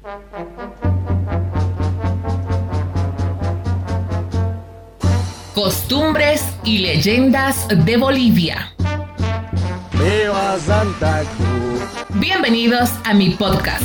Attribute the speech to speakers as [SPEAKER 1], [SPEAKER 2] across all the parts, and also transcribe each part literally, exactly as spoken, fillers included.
[SPEAKER 1] Costumbres y leyendas de Bolivia.
[SPEAKER 2] ¡Viva Santa Cruz!
[SPEAKER 1] Bienvenidos a mi podcast.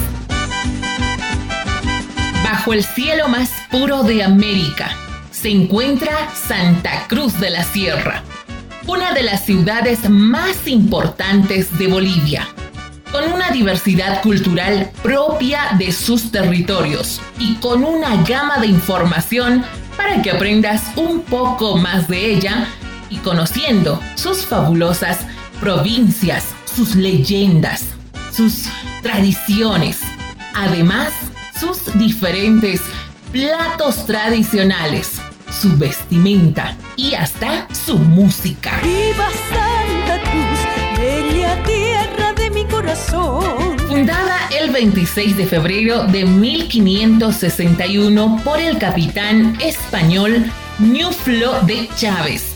[SPEAKER 1] Bajo el cielo más puro de América se encuentra Santa Cruz de la Sierra, una de las ciudades más importantes de Bolivia, con una diversidad cultural propia de sus territorios y con una gama de información para que aprendas un poco más de ella y conociendo sus fabulosas provincias, sus leyendas, sus tradiciones, además sus diferentes platos tradicionales, su vestimenta y hasta su música.
[SPEAKER 3] ¡Viva Santa Cruz, bella tierra de mi corazón!
[SPEAKER 1] Fundada el veintiséis de febrero de mil quinientos sesenta y uno por el capitán español Ñuflo de Chávez.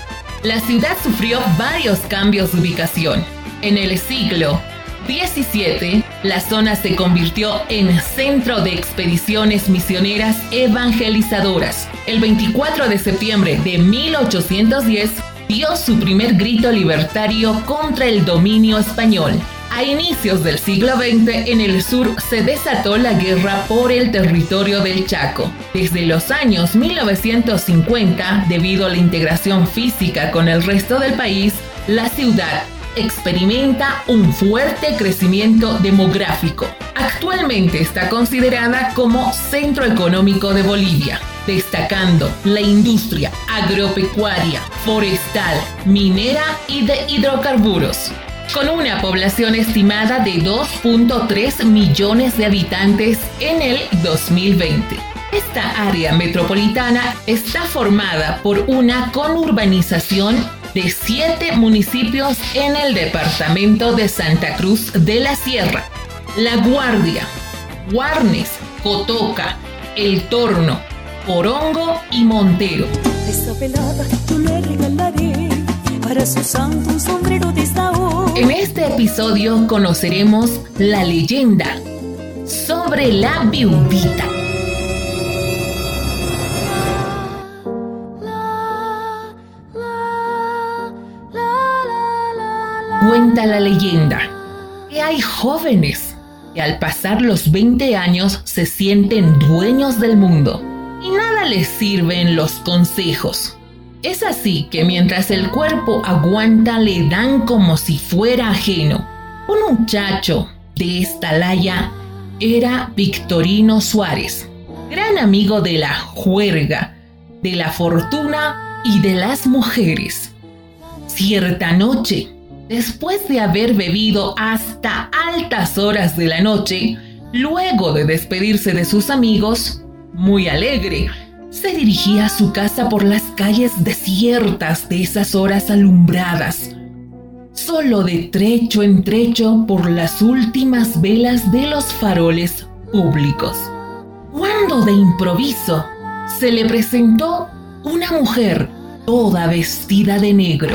[SPEAKER 1] La ciudad sufrió varios cambios de ubicación. En el siglo diecisiete, la zona se convirtió en centro de expediciones misioneras evangelizadoras. El veinticuatro de septiembre de mil ochocientos diez dio su primer grito libertario contra el dominio español. A inicios del siglo veinte, en el sur se desató la guerra por el territorio del Chaco. Desde los años mil novecientos cincuenta, debido a la integración física con el resto del país, la ciudad experimenta un fuerte crecimiento demográfico. Actualmente está considerada como centro económico de Bolivia, destacando la industria agropecuaria, forestal, minera y de hidrocarburos. Con una población estimada de dos punto tres millones de habitantes en el dos mil veinte. Esta área metropolitana está formada por una conurbanización de siete municipios en el departamento de Santa Cruz de la Sierra: La Guardia, Guarnes, Cotoca, El Torno, Porongo y Montero.
[SPEAKER 3] Esta velada yo le regalaré para su santo un sombrero de Saúl.
[SPEAKER 1] En este episodio conoceremos la leyenda sobre la viudita. Cuenta la leyenda que hay jóvenes que al pasar los veinte años se sienten dueños del mundo y nada les sirven los consejos. Es así que mientras el cuerpo aguanta le dan como si fuera ajeno. Un muchacho de esta laya era Victorino Suárez, gran amigo de la juerga, de la fortuna y de las mujeres. Cierta noche, después de haber bebido hasta altas horas de la noche, luego de despedirse de sus amigos, muy alegre, se dirigía a su casa por las calles desiertas de esas horas alumbradas, solo de trecho en trecho por las últimas velas de los faroles públicos, cuando de improviso se le presentó una mujer toda vestida de negro.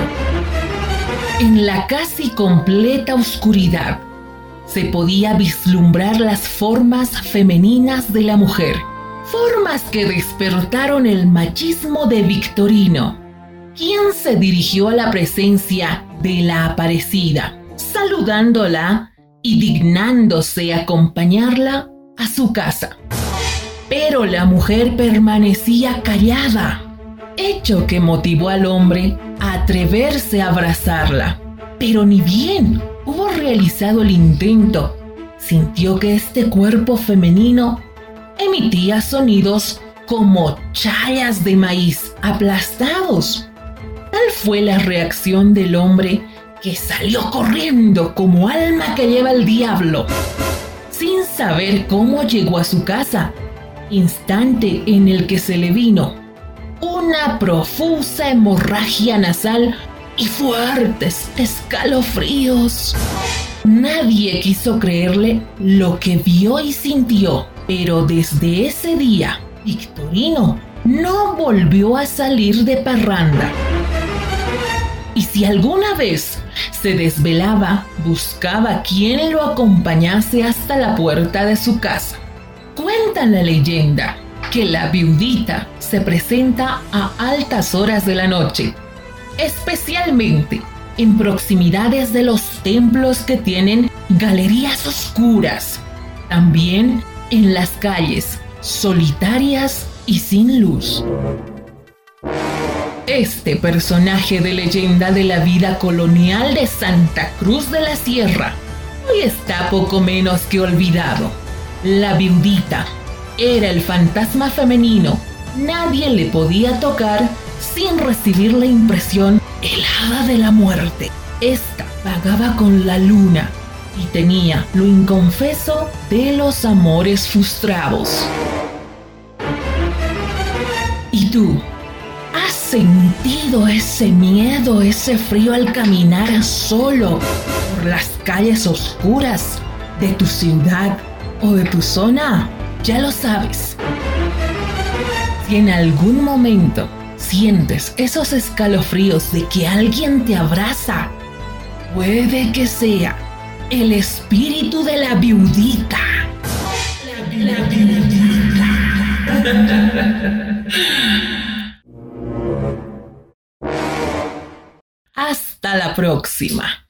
[SPEAKER 1] En la casi completa oscuridad se podía vislumbrar las formas femeninas de la mujer, formas que despertaron el machismo de Victorino, quien se dirigió a la presencia de la aparecida, saludándola y dignándose acompañarla a su casa. Pero la mujer permanecía callada, hecho que motivó al hombre a atreverse a abrazarla. Pero ni bien hubo realizado el intento, sintió que este cuerpo femenino emitía sonidos como chayas de maíz aplastados. Tal fue la reacción del hombre que salió corriendo como alma que lleva el diablo, sin saber cómo llegó a su casa, instante en el que se le vino una profusa hemorragia nasal y fuertes escalofríos. Nadie quiso creerle lo que vio y sintió, pero desde ese día, Victorino no volvió a salir de parranda. Y si alguna vez se desvelaba, buscaba quien lo acompañase hasta la puerta de su casa. Cuenta la leyenda que la viudita se presenta a altas horas de la noche, especialmente en proximidades de los templos que tienen galerías oscuras, también en las calles solitarias y sin luz. Este personaje de leyenda de la vida colonial de Santa Cruz de la Sierra hoy está poco menos que olvidado. La viudita era el fantasma femenino. Nadie le podía tocar sin recibir la impresión helada de la muerte. Esta vagaba con la luna y tenía lo inconfeso de los amores frustrados. ¿Y tú? ¿Has sentido ese miedo, ese frío al caminar solo por las calles oscuras de tu ciudad o de tu zona? Ya lo sabes. Si en algún momento sientes esos escalofríos de que alguien te abraza, puede que sea el espíritu de la viudita. La, la viudita. Hasta la próxima.